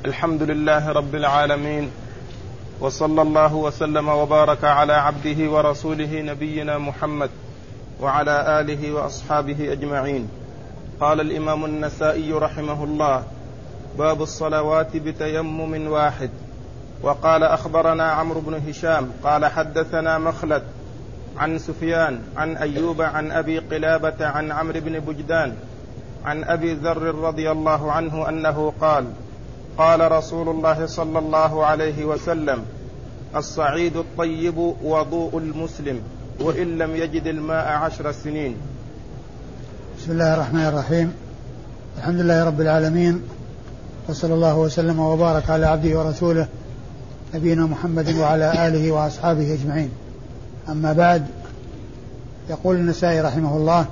الحمد لله رب العالمين، وصلى الله وسلم وبارك على عبده ورسوله نبينا محمد وعلى آله وأصحابه أجمعين. قال الإمام النسائي رحمه الله: باب الصلوات بتيمم واحد. وقال: أخبرنا عمرو بن هشام قال حدثنا مخلد عن سفيان عن أيوب عن أبي قلابة عن عمرو بن بجدان عن أبي ذر رضي الله عنه أنه قال: قال رسول الله صلى الله عليه وسلم: الصعيد الطيب وضوء المسلم وإن لم يجد الماء 10 سنين. بسم الله الرحمن الرحيم. الحمد لله رب العالمين، وصلى الله وسلم وبارك على عبده ورسوله نبينا محمد وعلى آله وأصحابه أجمعين. أما بعد، يقول النسائي رحمه الله: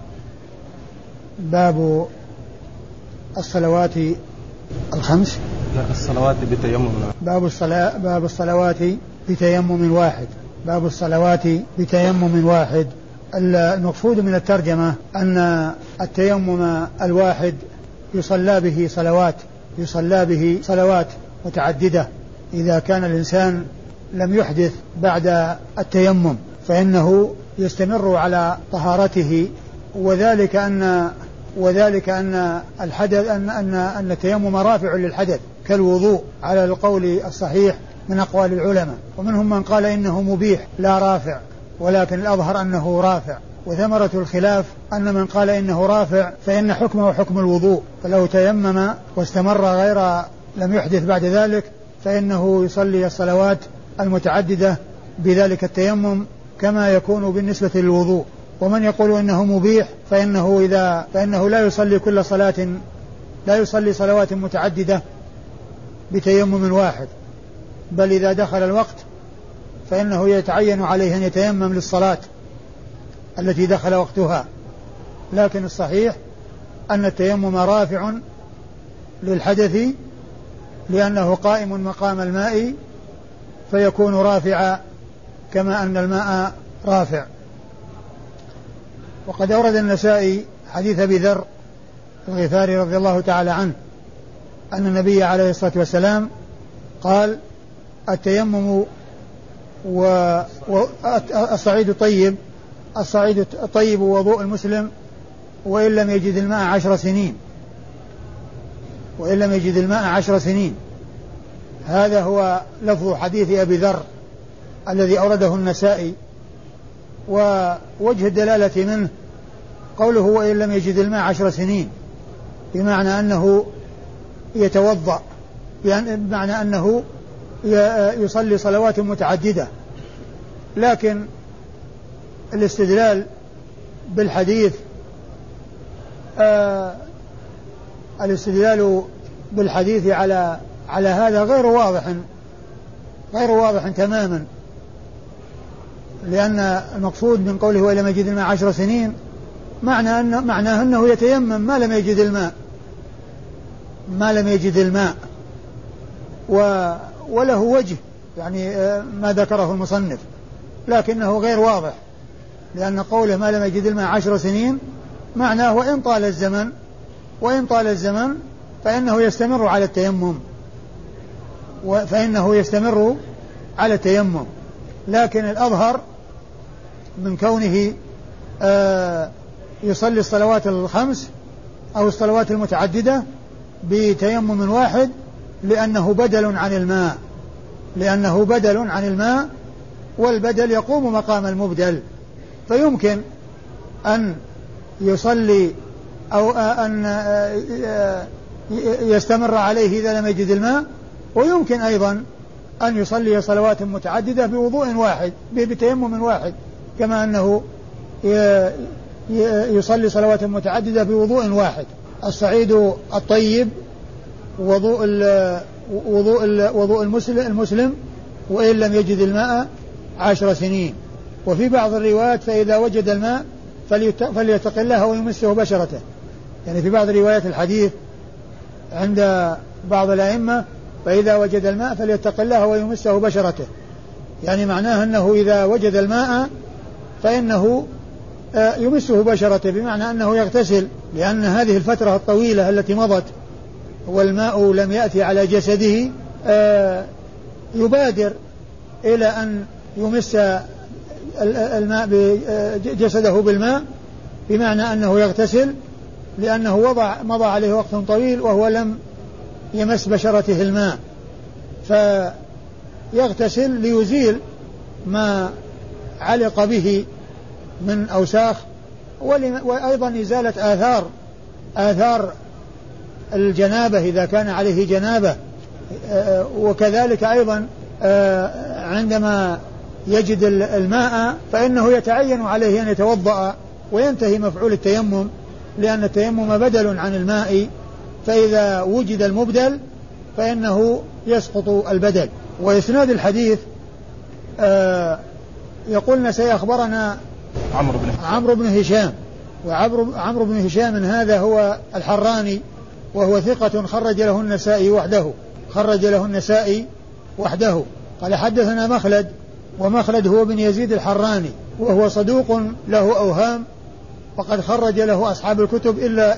باب الصلوات الخمس. لا، الصلوات بتيمم. باب الصلوات بتيمم واحد. باب الصلوات بتيمم واحد. المقصود من الترجمة أن التيمم الواحد يصلى به صلوات متعددة. إذا كان الإنسان لم يحدث بعد التيمم فإنه يستمر على طهارته، وذلك أن الحدث أن التيمم رافع للحدث كالوضوء على القول الصحيح من أقوال العلماء، ومنهم من قال إنه مبيح لا رافع، ولكن الأظهر أنه رافع. وثمرة الخلاف أن من قال إنه رافع فإن حكمه حكم الوضوء، فلو تيمم واستمر غير لم يحدث بعد ذلك فإنه يصلي الصلوات المتعددة بذلك التيمم كما يكون بالنسبة للوضوء. ومن يقول إنه مبيح فإنه لا يصلي صلوات متعددة بتيمم واحد، بل إذا دخل الوقت فإنه يتعين عليه أن يتيمم للصلاة التي دخل وقتها. لكن الصحيح أن التيمم رافع للحدث، لأنه قائم مقام الماء فيكون رافعا كما أن الماء رافع. وقد أورد النسائي حديث أبي ذر الغفاري رضي الله تعالى عنه أن النبي عليه الصلاة والسلام قال: التيمم والصعيد الطيب وضوء المسلم وإن لم يجد الماء 10 سنين. هذا هو لفظ حديث أبي ذر الذي أورده النسائي. ووجه الدلالة منه قوله وإن لم يجد الماء 10 سنين، بمعنى أنه يتوضأ، بمعنى أنه يصلي صلوات متعددة. لكن الاستدلال بالحديث على هذا غير واضح تماما، لأن المقصود من قوله وإن لم يجد الماء 10 سنين معناه أنه يتيمم ما لم يجد الماء وله وجه، يعني ما ذكره المصنف، لكنه غير واضح، لأن قوله ما لم يجد الماء 10 سنين معناه وإن طال الزمن فإنه يستمر على التيمم. لكن الأظهر من كونه يصلي الصلوات الخمس أو الصلوات المتعددة بتيمم واحد لأنه بدل عن الماء، والبدل يقوم مقام المبدل، فيمكن أن يصلي أو أن يستمر عليه إذا لم يجد الماء، ويمكن أيضا أن يصلي صلوات متعددة بتيمم واحد، كما أنه يصلي صلوات متعددة بوضوء واحد. الصعيد الطيب وضوء المسلم وإن لم يجد الماء 10 سنين. وفي بعض الروايات فإذا وجد الماء فليتق الله ويمسه بشرته، يعني في بعض روايات الحديث عند بعض الأئمة فإذا وجد الماء فليتق الله ويمسه بشرته، يعني معناه أنه إذا وجد الماء فإنه يمسه بشرته، بمعنى أنه يغتسل، لأن هذه الفترة الطويلة التي مضت والماء لم يأتي على جسده يبادر إلى أن يمس الماء جسده بالماء، بمعنى أنه يغتسل، لأنه مضى عليه وقت طويل وهو لم يمس بشرته الماء، فيغتسل ليزيل ما علق به من أوساخ، وأيضا إزالة آثار الجنابة إذا كان عليه جنابة. وكذلك أيضا عندما يجد الماء فإنه يتعين عليه أن يتوضأ وينتهي مفعول التيمم، لأن التيمم بدل عن الماء، فإذا وجد المبدل فإنه يسقط البدل. وإسناد الحديث يقولنا سيخبرنا عمرو بن هشام، وعمرو بن هشام هذا هو الحراني، وهو ثقة خرج له النسائي وحده. قال حدثنا مخلد، ومخلد هو بن يزيد الحراني، وهو صدوق له أوهام، وقد خرج له أصحاب الكتب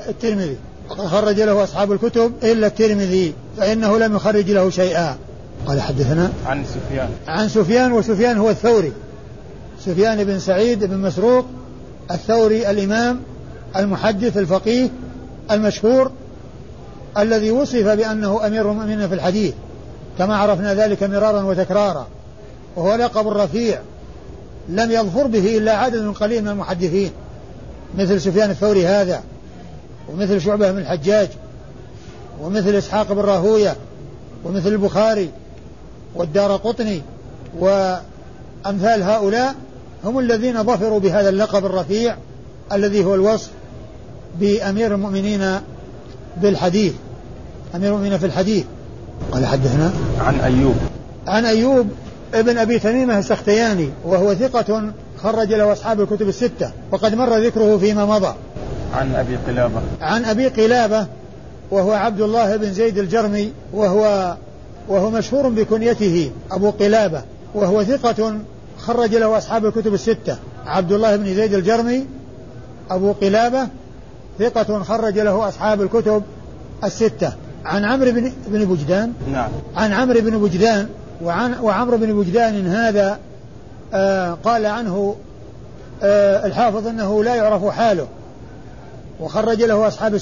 إلا الترمذي، فإنه لم يخرج له شيئا. قال حدثنا عن سفيان، وسفيان هو الثوري، سفيان بن سعيد بن مسروق الثوري الإمام المحدث الفقيه المشهور، الذي وصف بأنه أمير المؤمنين في الحديث كما عرفنا ذلك مرارا وتكرارا، وهو لقب الرفيع لم يظفر به إلا عدد قليل من المحدثين، مثل سفيان الثوري هذا، ومثل شعبة بن الحجاج، ومثل إسحاق بن راهوية، ومثل البخاري والدارقطني، وأمثال هؤلاء هم الذين ظفروا بهذا اللقب الرفيع الذي هو الوصف بأمير المؤمنين بالحديث، أمير المؤمنين في الحديث. قال حدثنا عن أيوب ابن أبي تميمة السختياني، وهو ثقة خرج له أصحاب الكتب الستة، وقد مر ذكره فيما مضى. عن أبي قلابة وهو عبد الله بن زيد الجرمي، وهو مشهور بكنيته أبو قلابة، وهو ثقة خرج له أصحاب الكتب الستة. عبد الله بن زيد الجرمي أبو قلابة ثقة خرج له أصحاب الكتب الستة. عن عمرو بن بجدان، عن عمرو بن بجدان، وعمرو بن بجدان هذا قال عنه الحافظ أنه لا يعرف حاله، وخرج له أصحاب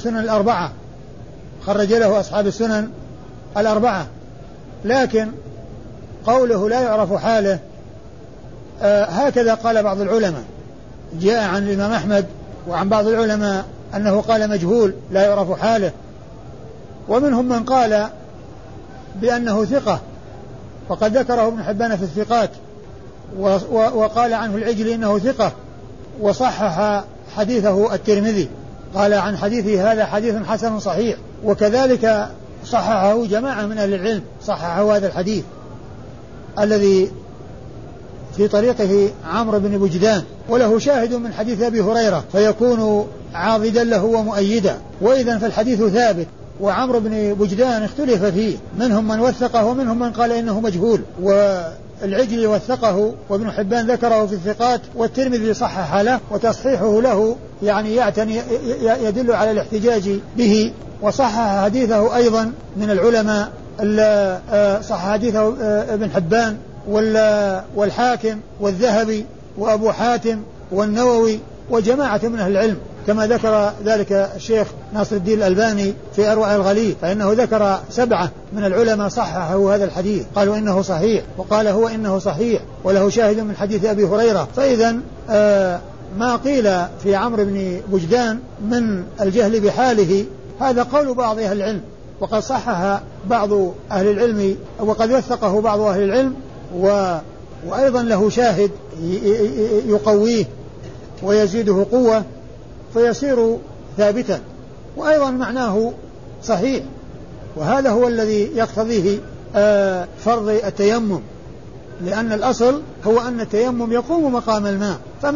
السنن الأربعة، لكن قوله لا يعرف حاله هكذا قال بعض العلماء، جاء عن الإمام أحمد وعن بعض العلماء أنه قال مجهول لا يعرف حاله، ومنهم من قال بأنه ثقة، وقد ذكره ابن حبان في الثقات، وقال عنه العجلي إنه ثقة، وصحح حديثه الترمذي، قال عن حديثه هذا حديث حسن صحيح، وكذلك صححه جماعة من أهل العلم، صححه هذا الحديث الذي في طريقه عمرو بن بجدان، وله شاهد من حديث أبي هريرة فيكون عاضدا له ومؤيدا، وإذا فالحديث ثابت. وعمرو بن بجدان اختلف فيه، منهم من وثقه ومنهم من قال إنه مجهول، والعجلي وثقه، وابن حبان ذكره في الثقات، والترمذي صحح له، وتصحيحه له يعني يدل على الاحتجاج به. وصحح حديثه أيضا من العلماء، صحح حديثه ابن حبان والحاكم والذهبي وأبو حاتم والنووي وجماعة من أهل العلم، كما ذكر ذلك الشيخ ناصر الدين الألباني في أروع الغليل، فإنه ذكر 7 من العلماء صححوا هذا الحديث، قالوا إنه صحيح، وقال هو إنه صحيح وله شاهد من حديث أبي هريرة. فإذا ما قيل في عمرو بن بجدان من الجهل بحاله هذا قول بعض أهل العلم، وقد صحح بعض أهل العلم، وقد وثقه بعض أهل العلم، وأيضا له شاهد يقويه ويزيده قوة فيصير ثابتا، وأيضا معناه صحيح، وهذا هو الذي يقتضيه فرض التيمم، لأن الأصل هو أن التيمم يقوم مقام الماء،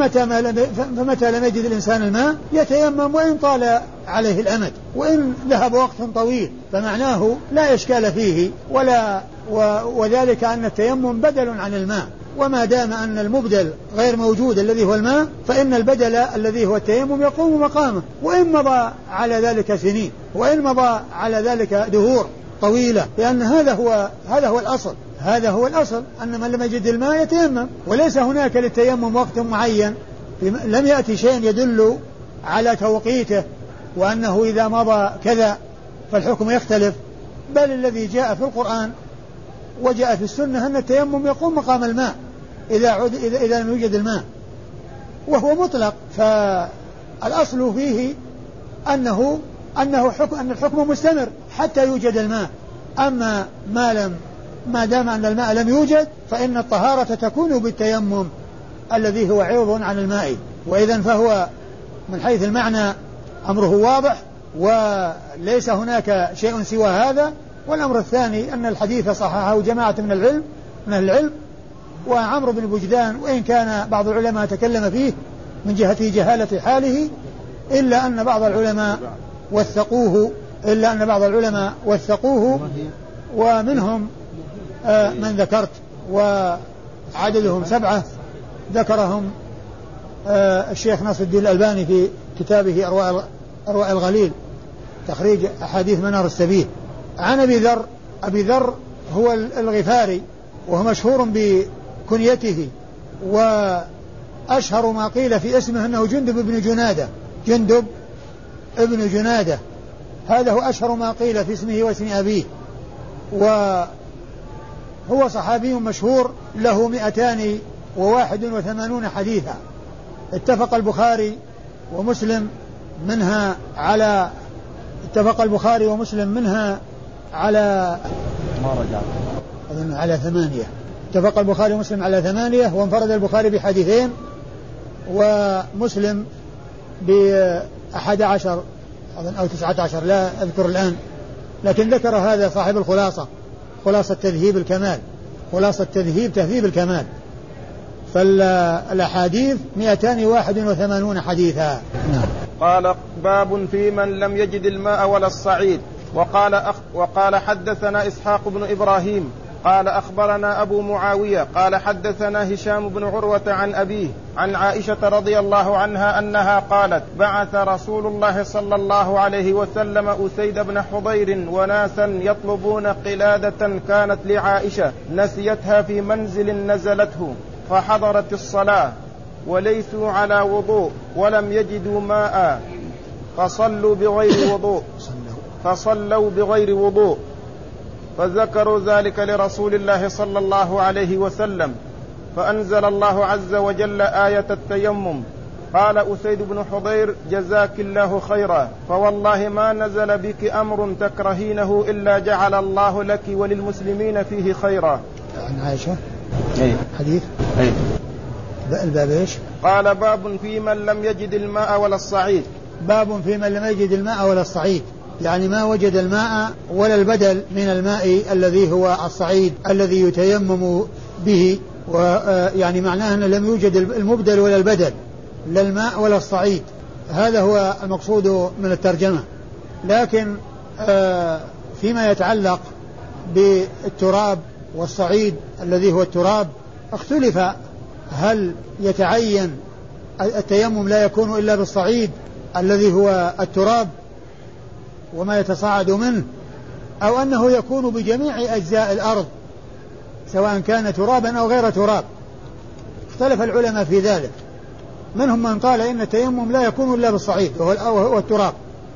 فمتى لم يجد الإنسان الماء يتيمم وإن طال عليه الأمد، وإن ذهب وقت طويل، فمعناه لا إشكال فيه، وذلك أن التيمم بدل عن الماء، وما دام أن المبدل غير موجود الذي هو الماء فإن البدل الذي هو التيمم يقوم مقامه، وإن مضى على ذلك سنين، وإن مضى على ذلك دهور طويلة، لأن هذا هو الأصل، هذا هو الأصل أن من لم يجد الماء يتيمم، وليس هناك للتيمم وقت معين، لم يأتي شيء يدل على توقيته وأنه إذا مضى كذا فالحكم يختلف، بل الذي جاء في القرآن وجاء في السنة أن التيمم يقوم مقام الماء إذا لم يوجد الماء، وهو مطلق. فالأصل فيه أن الحكم مستمر حتى يوجد الماء. أما ما دام أن الماء لم يوجد فإن الطهارة تكون بالتيمم الذي هو عوض عن الماء. وإذن فهو من حيث المعنى أمره واضح وليس هناك شيء سوى هذا. والأمر الثاني أن الحديث صححه جماعة من العلم، وعمرو بن بجدان وإن كان بعض العلماء تكلم فيه من جهة جهالة حاله إلا أن بعض العلماء وثقوه ومنهم من ذكرت وعددهم 7 ذكرهم الشيخ ناصر الدين الألباني في كتابه أرواء الغليل تخريج أحاديث منار السبيل. عن أبي ذر هو الغفاري وهو مشهور بكنيته، وأشهر ما قيل في اسمه أنه جندب ابن جنادة، هذا هو أشهر ما قيل في اسمه واسم أبيه، وهو صحابي مشهور له 281 حديثا. اتفق البخاري ومسلم منها على ما رجع أظن على 8. اتفق البخاري ومسلم على 8، وانفرد البخاري بحديثين ومسلم ب11 أظن أو 19 لا أذكر الآن، لكن ذكر هذا صاحب خلاصة تهذيب الكمال. فالأحاديث 281 حديثا. قال باب في من لم يجد الماء ولا الصعيد. وقال حدثنا إسحاق بن إبراهيم قال أخبرنا أبو معاوية قال حدثنا هشام بن عروة عن أبيه عن عائشة رضي الله عنها أنها قالت بعث رسول الله صلى الله عليه وسلم أسيد بن حضير وناسا يطلبون قلادة كانت لعائشة نسيتها في منزل نزلته، فحضرت الصلاة وليسوا على وضوء ولم يجدوا ماء فصلوا بغير وضوء فذكروا ذلك لرسول الله صلى الله عليه وسلم، فأنزل الله عز وجل آية التيمم. قال أسيد بن حضير جزاك الله خيرا، فوالله ما نزل بك أمر تكرهينه إلا جعل الله لك وللمسلمين فيه خيرا. عن عائشة حديث الباب ايش؟ قال باب في من لم يجد الماء ولا الصعيد. باب في من لم يجد الماء ولا الصعيد، يعني ما وجد الماء ولا البدل من الماء الذي هو الصعيد الذي يتيمم به، ويعني معناه أن لم يوجد المبدل ولا البدل لا الماء ولا الصعيد. هذا هو المقصود من الترجمة. لكن فيما يتعلق بالتراب والصعيد الذي هو التراب اختلف، هل يتعين التيمم لا يكون إلا بالصعيد الذي هو التراب وما يتصاعد منه، أو أنه يكون بجميع أجزاء الأرض سواء كان ترابا أو غير تراب. اختلف العلماء في ذلك، منهم من قال إن التيمم لا يكون إلا بالصعيد وهو التراب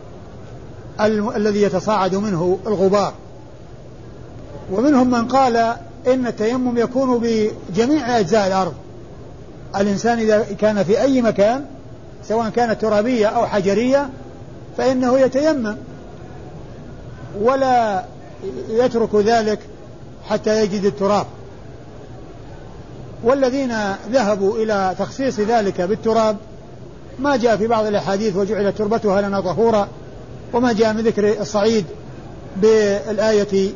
الذي يتصاعد منه الغبار، ومنهم من قال إن التيمم يكون بجميع أجزاء الأرض. الإنسان إذا كان في أي مكان سواء كانت ترابية أو حجرية فإنه يتيمم ولا يترك ذلك حتى يجد التراب. والذين ذهبوا إلى تخصيص ذلك بالتراب ما جاء في بعض الأحاديث وجعلت تربتها لنا طهورا، وما جاء من ذكر الصعيد بالآية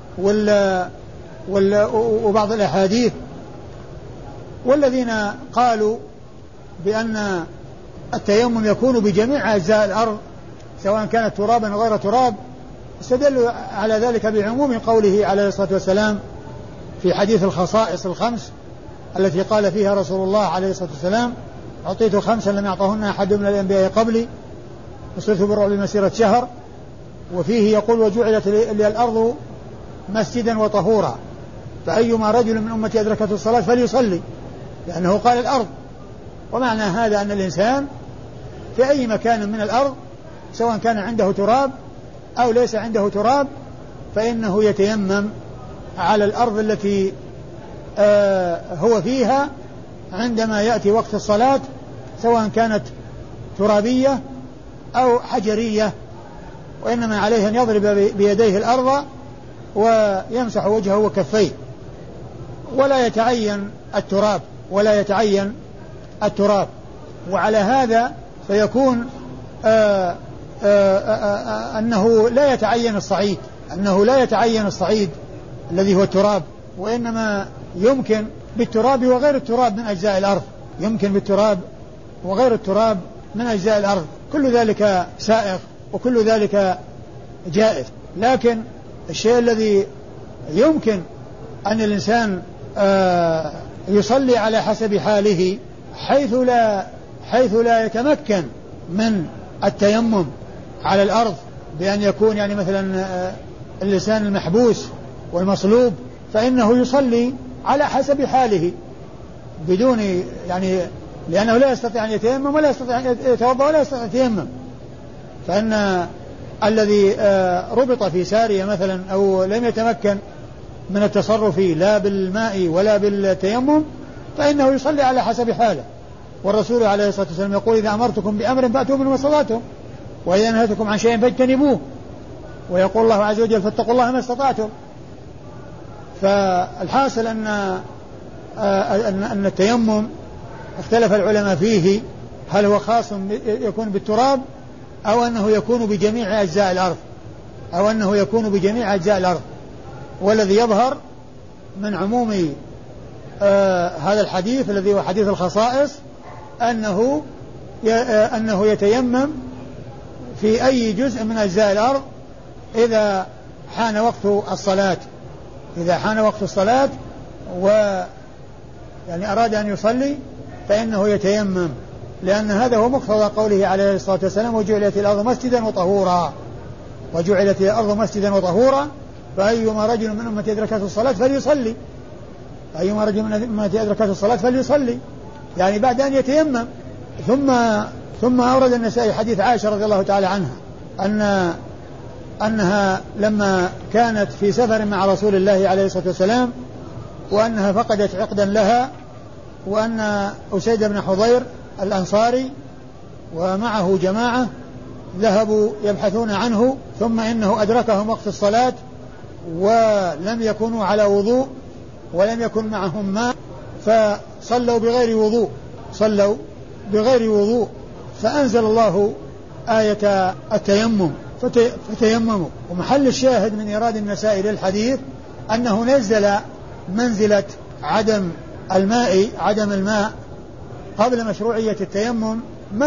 وبعض الأحاديث. والذين قالوا بأن التيمم يكون بجميع أجزاء الأرض سواء كانت ترابا أو غير تراب استدلوا على ذلك بعموم قوله عليه الصلاة والسلام في حديث الخصائص الخمس التي قال فيها رسول الله عليه الصلاة والسلام: أعطيت 5 لم يعطهن أحد من الأنبياء قبلي وصرت بالرعب مسيرة شهر. وفيه يقول: وجعلت لي الأرض مسجدا وطهورا، فأيما رجل من أمتي أدركته الصلاة فليصلي، لأنه قال الأرض. ومعنى هذا أن الإنسان في أي مكان من الأرض سواء كان عنده تراب أو ليس عنده تراب فإنه يتيمم على الأرض التي هو فيها عندما يأتي وقت الصلاة، سواء كانت ترابية أو حجرية، وإنما عليه أن يضرب بيديه الأرض ويمسح وجهه وكفيه، ولا يتعين التراب. وعلى هذا فيكون أنه لا يتعين الصعيد الذي هو التراب، وإنما يمكن بالتراب وغير التراب من أجزاء الأرض، كل ذلك سائغ وكل ذلك جائز. لكن الشيء الذي يمكن أن الإنسان يصلي على حسب حاله حيث لا يتمكن من التيمم على الأرض، بأن يكون يعني مثلا اللسان المحبوس والمصلوب، فإنه يصلي على حسب حاله بدون يعني، لأنه لا يستطيع أن يتيمم ولا يستطيع أن يتوضأ ولا يستطيع أن يتيمم. فإن الذي ربط في سارية مثلا أو لم يتمكن من التصرف لا بالماء ولا بالتيمم فإنه يصلي على حسب حاله. والرسول عليه الصلاة والسلام يقول: إذا أمرتكم بأمر فأتوا منه ما استطعتم، وإذا نهيتكم عن شيء فاجتنبوه. ويقول الله عز وجل: فاتقوا الله ما استطعتم. فالحاصل أن التيمم اختلف العلماء فيه، هل هو خاص يكون بالتراب أو أنه يكون بجميع أجزاء الأرض. والذي يظهر من عموم هذا الحديث الذي هو حديث الخصائص أنه يتيمم في أي جزء من أجزاء الأرض إذا حان وقت الصلاة يعني أراد أن يصلي فإنه يتيمم، لأن هذا هو مقتضى قوله عليه الصلاة والسلام: وجعلت الأرض مسجدا وطهورا فأيما رجل من أمتي أدركته الصلاة فليصلي، يعني بعد أن يتيمم. ثم أورد النسائي حديث عائشة رضي الله تعالى عنها أنها لما كانت في سفر مع رسول الله عليه الصلاة والسلام وأنها فقدت عقدا لها، وأن أسيد بن حضير الأنصاري ومعه جماعة ذهبوا يبحثون عنه، ثم إنه أدركهم وقت الصلاة ولم يكونوا على وضوء ولم يكن معهم ماء، فصلوا بغير وضوء فأنزل الله آية التيمم فتيمموا. ومحل الشاهد من إيراد النسائي للحديث أنه نزل منزلة عدم الماء قبل مشروعية التيمم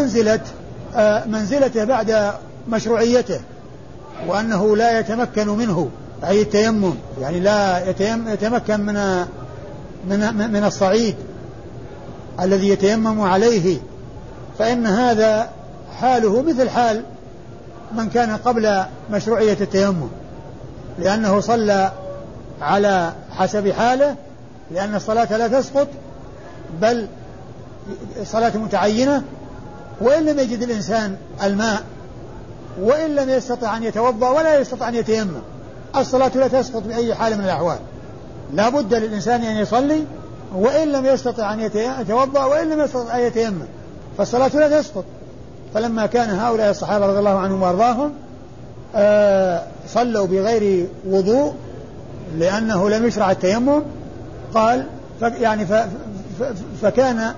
منزلته بعد مشروعيته، وأنه لا يتمكن منه أي التيمم، يعني لا يتمكن من الصعيد الذي يتيمم عليه، فإن هذا حاله مثل حال من كان قبل مشروعية التيمم، لأنه صلى على حسب حاله، لأن الصلاة لا تسقط بل صلاة متعينة، وإن لم يجد الإنسان الماء وإن لم يستطع أن يتوضأ ولا يستطع أن يتيمم، الصلاة لا تسقط بأي حال من الأحوال، لا بد للإنسان أن يصلي وإن لم يستطع أن يتوضأ وإن لم يستطع أن يتيمم، فالصلاة لا تسقط. فلما كان هؤلاء الصحابة رضي الله عنهم وارضاهم صلوا بغير وضوء لأنه لم يشرع التيمم، قال يعني فكان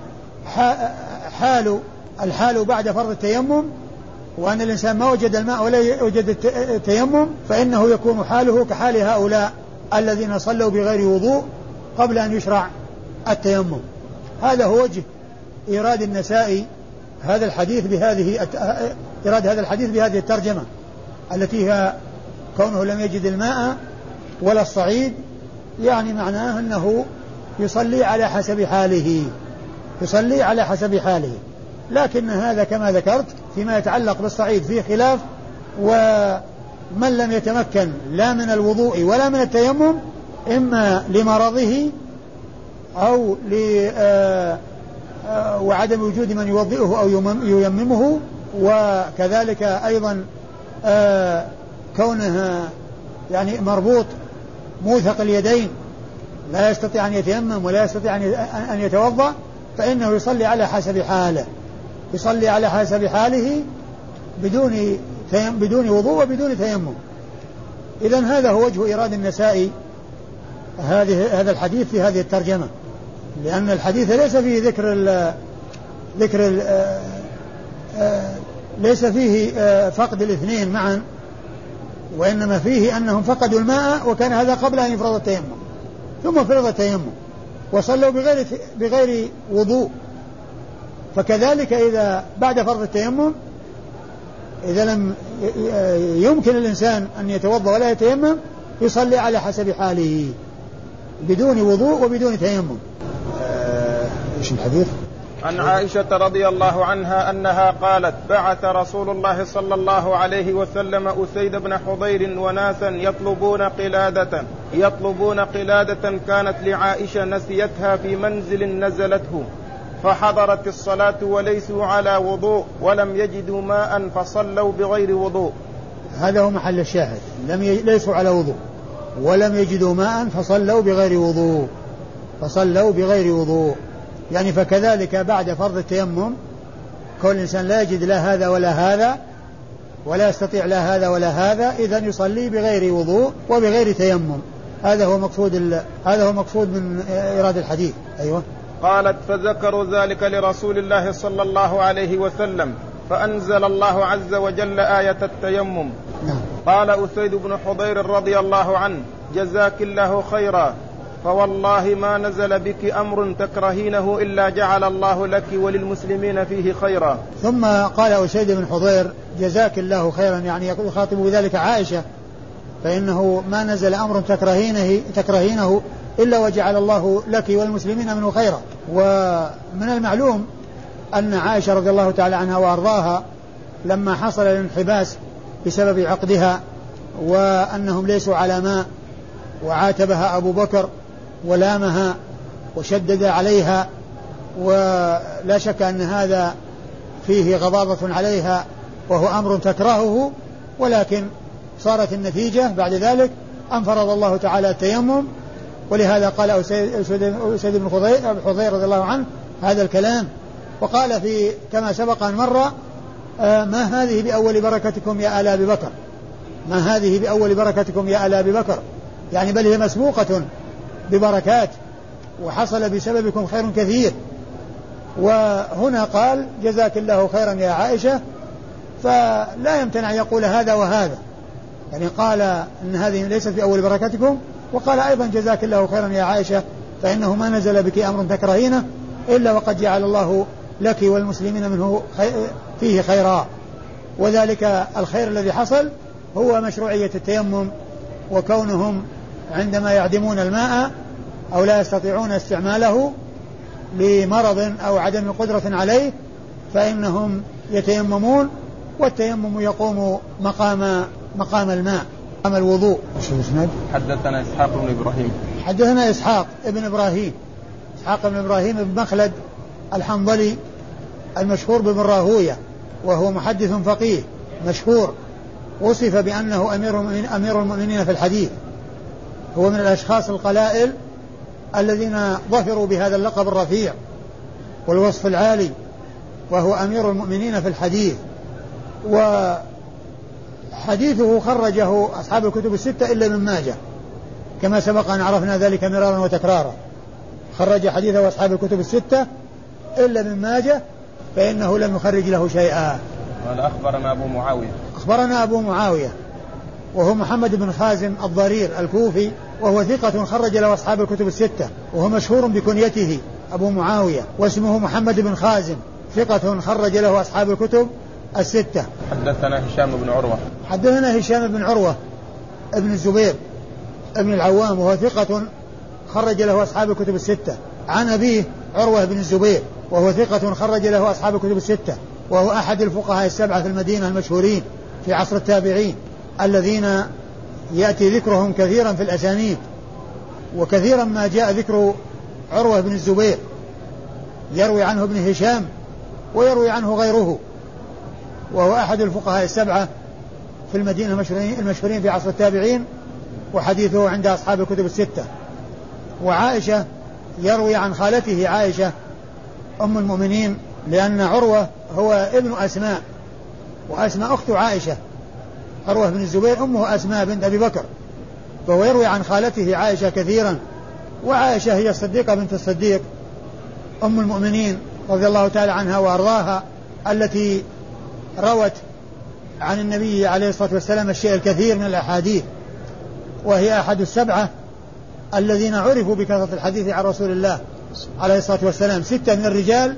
الحال بعد فرض التيمم، وأن الإنسان ما وجد الماء ولا يوجد التيمم، فإنه يكون حاله كحال هؤلاء الذين صلوا بغير وضوء قبل أن يشرع التيمم. هذا هو وجه إيراد النسائي هذا الحديث بهذه الترجمة التي هي كونه لم يجد الماء ولا الصعيد، يعني معناه أنه يصلي على حسب حاله، يصلي على حسب حاله. لكن هذا كما ذكرت فيما يتعلق بالصعيد فيه خلاف، ومن لم يتمكن لا من الوضوء ولا من التيمم إما لمرضه أو وعدم وجود من يوضئه أو ييممه، وكذلك أيضا كونه يعني مربوط موثق اليدين لا يستطيع أن يتيمم ولا يستطيع أن يتوضأ، فإنه يصلي على حسب حاله، يصلي على حسب حاله بدون وضوء وبدون تيمم. إذن هذا هو وجه إيراد النسائي هذا الحديث في هذه الترجمة، لأن الحديث ليس فيه ليس فيه فقد الاثنين معا، وإنما فيه أنهم فقدوا الماء وكان هذا قبل أن يفرض التيمم، ثم فرض التيمم وصلوا بغير وضوء. فكذلك إذا بعد فرض التيمم إذا لم يمكن الإنسان أن يتوضأ ولا يتيمم يصلي على حسب حاله بدون وضوء وبدون تيمم. إيش الحديث؟ عن عائشة رضي الله عنها أنها قالت: بعث رسول الله صلى الله عليه وسلم أسيد بن حضير وناسا يطلبون قلادة كانت لعائشة نسيتها في منزل نزلته، فحضرت الصلاة وليسوا على وضوء ولم يجدوا ماء فصلوا بغير وضوء. هذا هو محل الشاهد، ليسوا على وضوء ولم يجدوا ماء فصلوا بغير وضوء. يعني فكذلك بعد فرض التيمم كل إنسان لا يجد لا هذا ولا هذا ولا يستطيع لا هذا ولا هذا، إذن يصلي بغير وضوء وبغير تيمم. هذا هو مقصود من إيراد الحديث. أيوة. قالت: فذكروا ذلك لرسول الله صلى الله عليه وسلم فأنزل الله عز وجل آية التيمم. قال أسيد بن حضير رضي الله عنه: جزاك الله خيرا، فوالله ما نزل بك أمر تكرهينه إلا جعل الله لك وللمسلمين فيه خيرا. ثم قال أسيد بن حضير: جزاك الله خيرا، يعني يخاطب بذلك عائشة، فإنه ما نزل أمر تكرهينه إلا وجعل الله لك والمسلمين منه خيرا. ومن المعلوم أن عائشة رضي الله تعالى عنها وأرضاها لما حصل الانحباس بسبب عقدها وأنهم ليسوا على ماء، وعاتبها أبو بكر ولامها وشدد عليها، ولا شك أن هذا فيه غضاضة عليها وهو أمر تكرهه، ولكن صارت النتيجة بعد ذلك أن فرض الله تعالى التيمم. ولهذا قال أسيد بن حضير رضي الله عنه هذا الكلام، وقال في كما سبق أن مر: ما هذه بأول بركتكم يا آل أبي بكر، ما هذه بأول بركتكم يا آل أبي بكر، يعني بل هي مسبوقة ببركات وحصل بسببكم خير كثير. وهنا قال: جزاك الله خيرا يا عائشة، فلا يمتنع يقول هذا وهذا، يعني قال إن هذه ليست في أول بركتكم، وقال أيضا جزاك الله خيرا يا عائشة، فإنه ما نزل بك أمر تكرهينه إلا وقد جعل الله لك والمسلمين منه فيه خيرا. وذلك الخير الذي حصل هو مشروعية التيمم، وكونهم عندما يعدمون الماء أو لا يستطيعون استعماله لمرض أو عدم قدرة عليه فإنهم يتيممون، والتيمم يقوم مقام الماء، مقام الوضوء. حدثنا إسحاق بن إبراهيم. حدثنا إسحاق بن إبراهيم بن مخلد الحنظلي المشهور بابن راهوية، وهو محدث فقيه مشهور، وصف بأنه أمير المؤمنين في الحديث. هو من الأشخاص القلائل الذين ظفروا بهذا اللقب الرفيع والوصف العالي، وهو أمير المؤمنين في الحديث. وحديثه خرجه أصحاب الكتب الستة إلا من ماجه، كما سبق أن عرفنا ذلك مرارا وتكرارا. خرج حديثه أصحاب الكتب الستة إلا من ماجه، فإنه لم يخرج له شيئا. قال: أخبرنا أبو معاوية وهو محمد بن خازم الضرير الكوفي، وهو ثقة خرج له أصحاب الكتب الستة، وهو مشهور بكنيته أبو معاوية، واسمه محمد بن خازم، ثقة خرج له أصحاب الكتب الستة. حدثنا هشام بن عروة ابن الزبير ابن العوام، وهو ثقة خرج له أصحاب الكتب الستة. عن أبيه عروة بن الزبير وهو ثقة خرج له أصحاب الكتب الستة، وهو أحد الفقهاء السبعة في المدينة المشهورين في عصر التابعين الذين يأتي ذكرهم كثيرا في الأسانيد، وكثيرا ما جاء ذكر عروة بن الزبير يروي عنه ابن هشام ويروي عنه غيره، وهو أحد الفقهاء السبعة في المدينة المشهورين في عصر التابعين، وحديثه عند أصحاب الكتب الستة. وعائشة يروي عن خالته عائشة أم المؤمنين، لأن عروة هو ابن أسماء، وأسماء أخت عائشة. عروة بن الزبير أمه أسماء بنت أبي بكر، فهو يروي عن خالته عائشة كثيرا. وعائشة هي الصديقة بنت الصديق أم المؤمنين رضي الله تعالى عنها وأرضاها، التي روت عن النبي عليه الصلاة والسلام الشيء الكثير من الأحاديث، وهي أحد السبعة الذين عرفوا بكثرة الحديث عن رسول الله عليه الصلاة والسلام، 6 من الرجال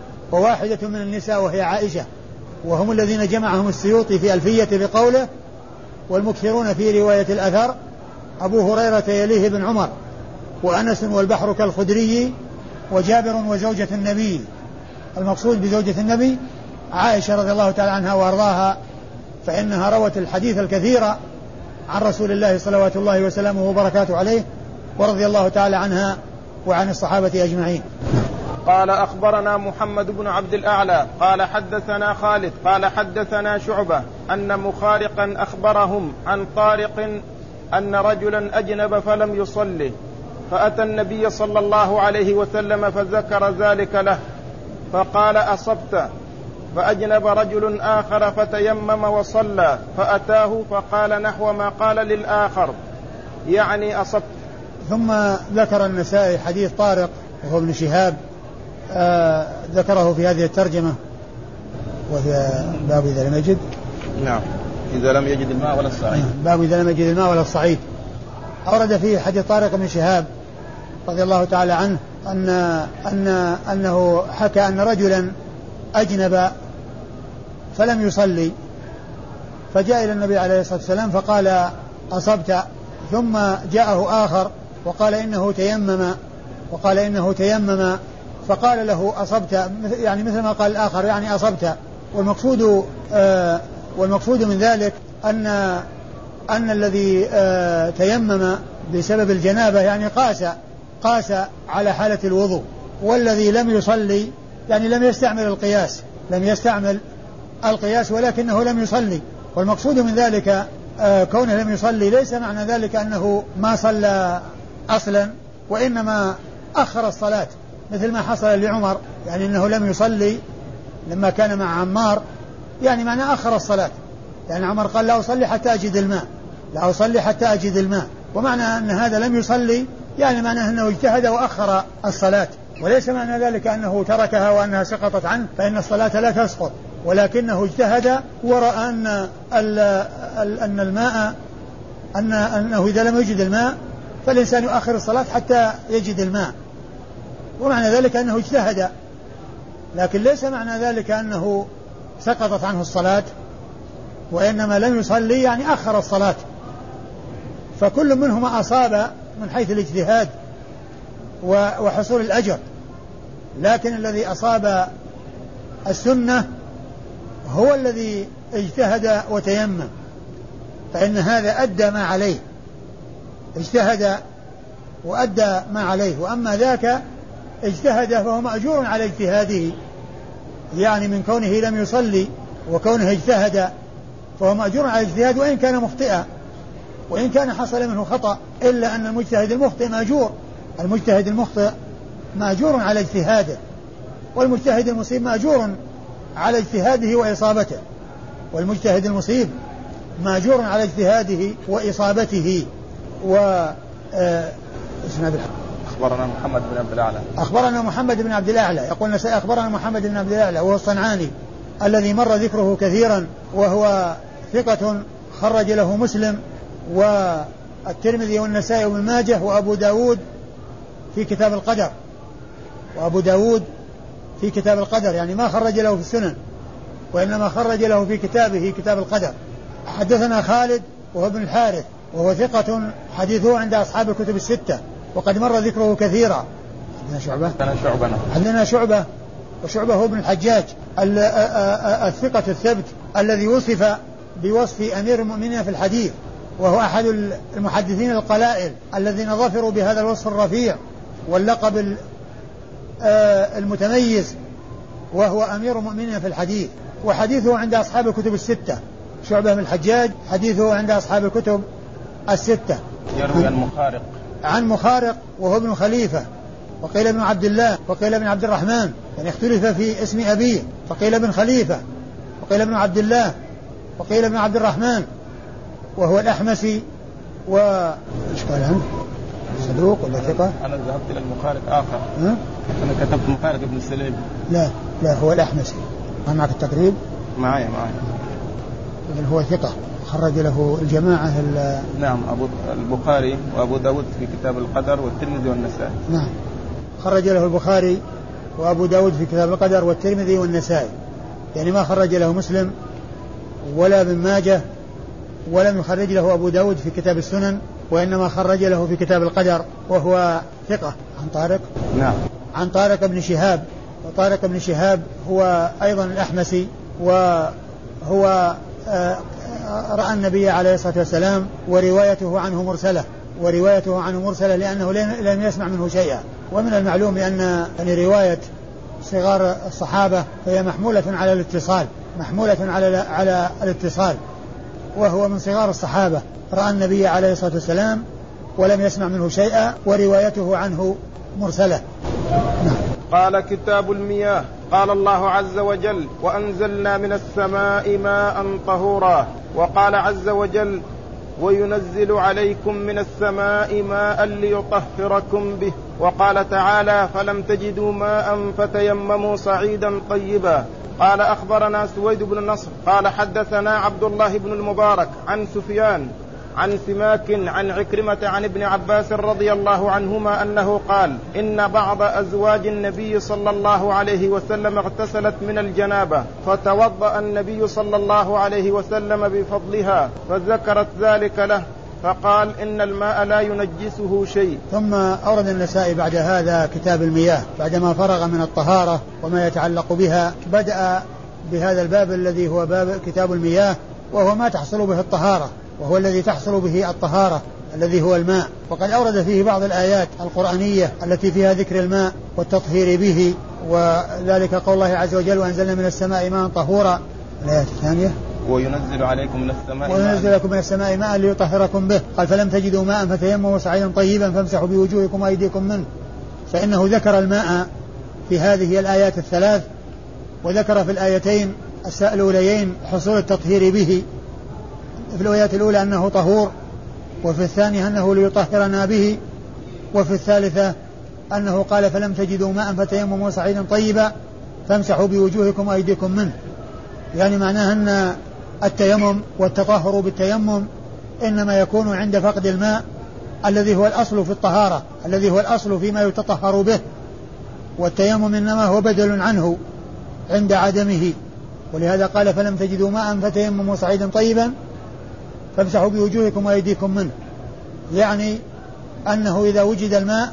و1 من النساء وهي عائشة، وهم الذين جمعهم السيوطي في ألفية بقوله: والمكثرون في رواية الأثر أبو هريرة يليه بن عمر وأنس والبحر كالخدري وجابر وزوجة النبي. المقصود بزوجة النبي عائشة رضي الله تعالى عنها وأرضاها، فإنها روت الحديث الكثير عن رسول الله صلوات الله وسلامه وبركاته عليه، ورضي الله تعالى عنها وعن الصحابة أجمعين. قال أخبرنا محمد بن عبد الأعلى قال حدثنا خالد قال حدثنا شعبة أن مخارقا أخبرهم عن طارق أن رجلا أجنب فلم يصلي، فأتى النبي صلى الله عليه وسلم فذكر ذلك له، فقال: أصبت. فأجنب رجل آخر فتيمم وصلى، فأتاه فقال نحو ما قال للآخر، يعني أصبت. ثم ذكر النسائي حديث طارق وهو ابن شهاب، ذكره في هذه الترجمة، وهي باب إذا لم يجد، نعم، إذا لم يجد الماء ولا الصعيد، باب إذا لم يجد الماء ولا الصعيد. أورد فيه حديث طارق بن شهاب رضي الله تعالى عنه أنه حكى أن رجلا أجنب فلم يصلي، فجاء إلى النبي عليه الصلاة والسلام فقال: أصبت. ثم جاءه آخر وقال إنه تيمم فقال له: أصبت، يعني مثل ما قال الآخر، يعني أصبت. والمقصود من ذلك أن الذي تيمم بسبب الجنابة يعني قاس على حالة الوضوء، والذي لم يصلي يعني لم يستعمل القياس ولكنه لم يصلي. والمقصود من ذلك كونه لم يصلي ليس معنى ذلك أنه ما صلى أصلا، وإنما أخر الصلاة، مثل ما حصل لعمر، يعني أنه لم يصلي لما كان مع عمار، يعني معنى أخر الصلاة، يعني عمر قال: لا أصلي حتى أجد الماء، ومعنى أن هذا لم يصلي يعني معنى أنه اجتهد وأخر الصلاة، وليس معنى ذلك أنه تركها وأنها سقطت عنه، فإن الصلاة لا تسقط، ولكنه اجتهد ورأى أن الماء أنه إذا لم يجد الماء فالإنسان يؤخر الصلاة حتى يجد الماء، ومعنى ذلك أنه اجتهد، لكن ليس معنى ذلك أنه سقطت عنه الصلاة، وإنما لم يصلي يعني أخر الصلاة. فكل منهما أصاب من حيث الاجتهاد وحصول الأجر، لكن الذي أصاب السنة هو الذي اجتهد وتيمم، فإن هذا أدى ما عليه، اجتهد وأدى ما عليه. وأما ذاك اجتهد فهو مأجور على اجتهاده، يعني من كونه لم يصلي وكونه اجتهد فهو مأجور على الاجتهاد وإن كان مخطئا، وإن كان حصل منه خطأ، إلا أن المجتهد المخطئ مأجور على اجتهاده، والمجتهد المصيب مأجور على اجتهاده وإصابته، والمجتهد المصيب مأجور على اجتهاده وإصابته. أخبرنا محمد بن عبد الأعلى يقول أخبرنا محمد بن عبد الأعلى وهو الصنعاني الذي مر ذكره كثيرا، وهو ثقة خرج له مسلم والترمذي والنسائي وابن ماجه وأبو داود في كتاب القدر، يعني ما خرج له في السنن، وإنما خرج له في كتابه كتاب القدر. حدثنا خالد وهو ابن الحارث وهو ثقة حديثه عند أصحاب الكتب الستة. وقد مر ذكره كثيرا. عندنا شعبة وشعبة هو ابن الحجاج الثقة الثبت الذي وصف بوصف أمير المؤمنين في الحديث، وهو أحد المحدثين القلائل الذين ظفروا بهذا الوصف الرفيع واللقب المتميز، وهو أمير المؤمنين في الحديث. وحديثه عند أصحاب الكتب الستة. شعبة بن الحجاج حديثه عند أصحاب الكتب الستة. يروي عن مخارق وهو ابن خليفة، وقيل ابن عبد الله، وقيل ابن عبد الرحمن، يعني اختلف في اسم أبيه، فقيل ابن خليفة، وقيل ابن عبد الله، وقيل ابن عبد الرحمن، وهو الأحمسي. إيش قال عنه؟ صدوق ولا ثقة؟ أنا ذهبت إلى المخارق آخر. أنا كتبت مخارق ابن السليم. لا هو الأحمسي. ما معك التقريب؟ معي. إذن هو ثقة، خرج له الجماعة. نعم، البخاري وأبو داود في كتاب القدر والترمذي والنسائي. نعم، خرج له البخاري وأبو داود في كتاب القدر والترمذي والنسائي، يعني ما خرج له مسلم ولا ابن ماجه، ولم يخرج له أبو داود في كتاب السنن، وإنما خرج له في كتاب القدر. وهو ثقة. عن طارق. نعم. عن طارق بن شهاب، وطارق بن شهاب هو أيضا الأحمسي، وهو رأى النبي عليه الصلاة والسلام، وروايته عنه مرسلة لأنه لم يسمع منه شيئا. ومن المعلوم أن رواية صغار الصحابة فهي محمولة على الاتصال، وهو من صغار الصحابة، رأى النبي عليه الصلاة والسلام ولم يسمع منه شيئا، وروايته عنه مرسلة. نعم. قال كتاب المياه. قال الله عز وجل: وأنزلنا من السماء ماء طهورا. وقال عز وجل: وينزل عليكم من السماء ماء ليطهركم به. وقال تعالى: فلم تجدوا ماء فتيمموا صعيدا طيبا. قال أخبرنا سويد بن نصر قال حدثنا عبد الله بن المبارك عن سفيان عن سماك عن عكرمة عن ابن عباس رضي الله عنهما أنه قال: إن بعض أزواج النبي صلى الله عليه وسلم اغتسلت من الجنابة، فتوضأ النبي صلى الله عليه وسلم بفضلها، فذكرت ذلك له، فقال: إن الماء لا ينجسه شيء. ثم أورد النسائي بعد هذا كتاب المياه، بعدما فرغ من الطهارة وما يتعلق بها، بدأ بهذا الباب الذي هو باب كتاب المياه، وهو ما تحصل به الطهارة، وهو الذي تحصل به الطهارة الذي هو الماء. وقد أورد فيه بعض الآيات القرآنية التي فيها ذكر الماء والتطهير به، وذلك قول الله عز وجل: وأنزلنا من السماء ماء طهورا. الآية الثانية: وينزل عليكم من السماء ماء ليطهركم به. قال: فلم تجدوا ماء فتيمموا صعيدا طيبا فامسحوا بوجوهكم وأيديكم منه. فإنه ذكر الماء في هذه الآيات الثلاث، وذكر في الآيتين الأوليين حصول التطهير به، في الآيات الأولى أنه طهور، وفي الثانية أنه ليطهرنا به، وفي الثالثة أنه قال: فلم تجدوا ماء فتيمموا صعيدا طيبا فامسحوا بوجوهكم وأيديكم منه. يعني معناه أن التيمم والتطهر بالتيمم إنما يكون عند فقد الماء الذي هو الأصل في الطهارة، الذي هو الأصل فيما يتطهر به، والتيمم إنما هو بدل عنه عند عدمه. ولهذا قال: فلم تجدوا ماء فتيمموا صعيدا طيبا فامسحوا بوجوهكم وأيديكم منه. يعني أنه إذا وجد الماء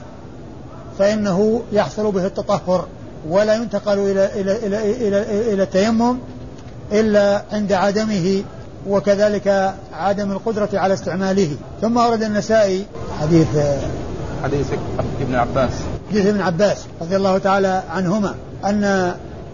فإنه يحصل به التطهر، ولا ينتقل إلى التيمم إلا عند عدمه، وكذلك عدم القدرة على استعماله. ثم أورد النسائي حديث ابن عباس رضي الله تعالى عنهما أن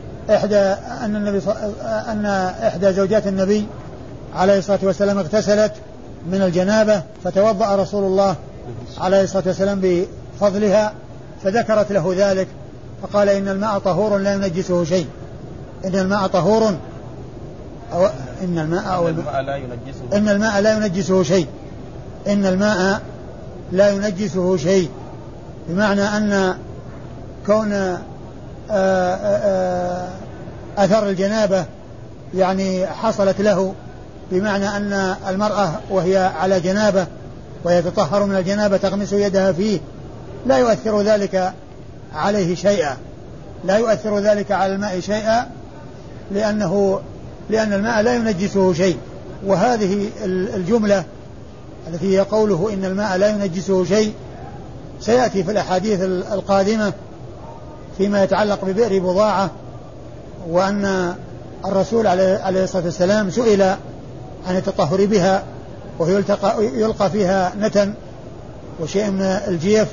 إحدى زوجات النبي عليه الصلاة والسلام اغتسلت من الجنابة، فتوضأ رسول الله عليه الصلاة والسلام بفضلها، فذكرت له ذلك، فقال: إن الماء طهور لا ينجسه شيء. إن الماء طهور إن الماء لا ينجسه شيء. إن الماء لا ينجسه شيء، بمعنى أن كون أثر الجنابة يعني حصلت له، بمعنى أن المرأة وهي على جنابة ويتطهر من الجنابة تغمس يدها فيه، لا يؤثر ذلك عليه شيئا، لا يؤثر ذلك على الماء شيئا، لأن الماء لا ينجسه شيء. وهذه الجملة التي هي قوله: إن الماء لا ينجسه شيء، سيأتي في الأحاديث القادمة فيما يتعلق ببئر بضاعة، وأن الرسول عليه الصلاة والسلام سئل عن التطهر بها، ويلقى فيها نتن وشيء من الجيف،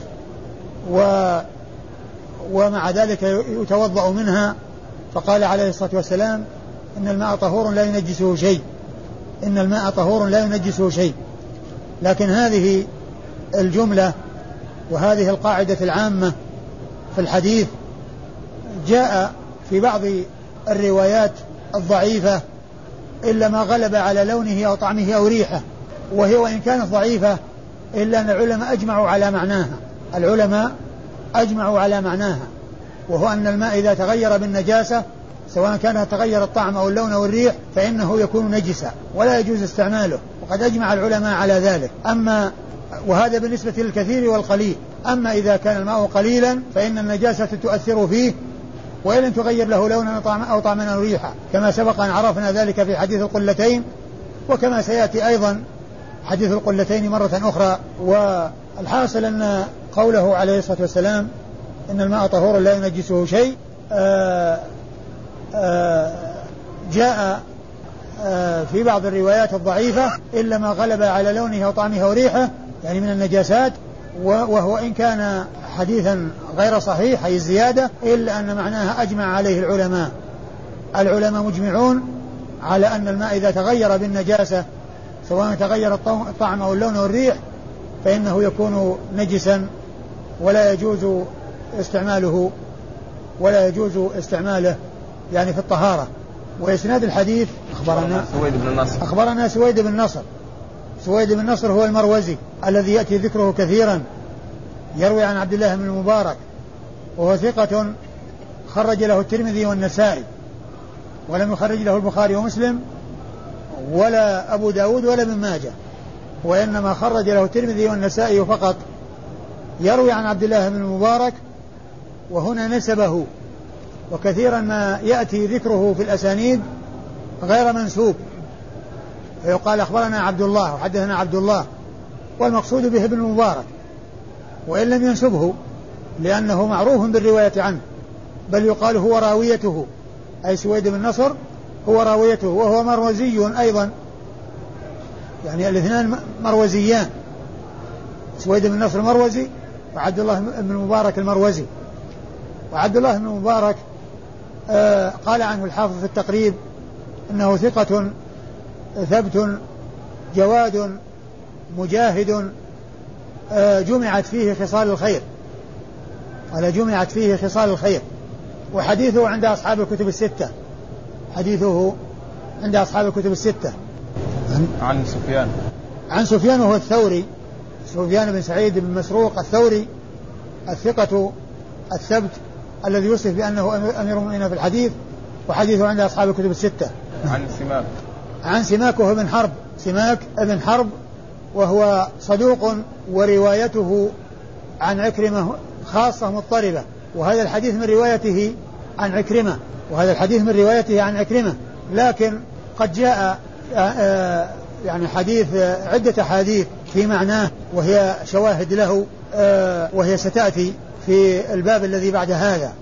ومع ذلك يتوضأ منها، فقال عليه الصلاة والسلام إن الماء طهور لا ينجسه شيء، إن الماء طهور لا ينجسه شيء. لكن هذه الجملة وهذه القاعدة العامة في الحديث جاء في بعض الروايات الضعيفة إلا ما غلب على لونه أو طعمه أو ريحه، وهي وإن كانت ضعيفة إلا أن العلماء أجمعوا على معناها، العلماء أجمعوا على معناها، وهو أن الماء إذا تغير بالنجاسة سواء كان تغير الطعم أو اللون أو الريح فإنه يكون نجسا ولا يجوز استعماله، وقد أجمع العلماء على ذلك. وهذا بالنسبة للكثير والقليل. أما إذا كان الماء قليلا فإن النجاسة تؤثر فيه وإن لم تغير له لونا أو طعما أو ريحا، كما سبق أن عرفنا ذلك في حديث القلتين، وكما سيأتي أيضا حديث القلتين مرة أخرى. والحاصل أن قوله عليه الصلاة والسلام إن الماء طهور لا ينجسه شيء جاء في بعض الروايات الضعيفة إلا ما غلب على لونه وطعمه وريحه، يعني من النجاسات، وهو إن كان حديثا غير صحيح أي الزيادة، إلا أن معناها أجمع عليه العلماء مجمعون على أن الماء إذا تغير بالنجاسة سواء تغير الطعم أو اللون والريح فإنه يكون نجسا ولا يجوز استعماله يعني في الطهارة. وإسناد الحديث أخبرنا سويد بن نصر. سويد بن نصر هو المروزي الذي يأتي ذكره كثيرا، يروي عن عبد الله بن المبارك، وهو ثقة خرج له الترمذي والنسائي، ولم يخرج له البخاري ومسلم ولا أبو داود ولا ابن ماجه، وإنما خرج له الترمذي والنسائي فقط. يروي عن عبد الله بن المبارك، وهنا نسبه، وكثيرا ما يأتي ذكره في الأسانيد غير منسوب، فيقال أخبرنا عبد الله وحدثنا عبد الله، والمقصود به ابن المبارك، وإن لم ينسبه لأنه معروف بالرواية عنه، بل يقال هو راويته، أي سويد بن نصر هو راويته، وهو مروزي أيضا، يعني الاثنان مروزيان، سويد بن نصر المروزي وعبد الله بن المبارك المروزي. وعبد الله بن المبارك قال عنه الحافظ في التقريب إنه ثقة ثبت جواد مجاهد جمعت فيه خصال الخير، قال جمعت فيه خصال الخير. وحديثه عند أصحاب الكتب الستة، حديثه عند أصحاب الكتب الستة. عن سفيان وهو الثوري، سفيان بن سعيد بن مسروق الثوري الثقة الثبت الذي يوصف بأنه أمير المؤمنين في الحديث، وحديثه عند أصحاب الكتب الستة. عن سماك وهو ابن حرب، سماك ابن حرب، وهو صدوق، وروايته عن عكرمة خاصة مضطربة، وهذا الحديث من روايته عن عكرمة، لكن قد جاء يعني عدة حديث في معناه وهي شواهد له، وهي ستأتي في الباب الذي بعد هذا.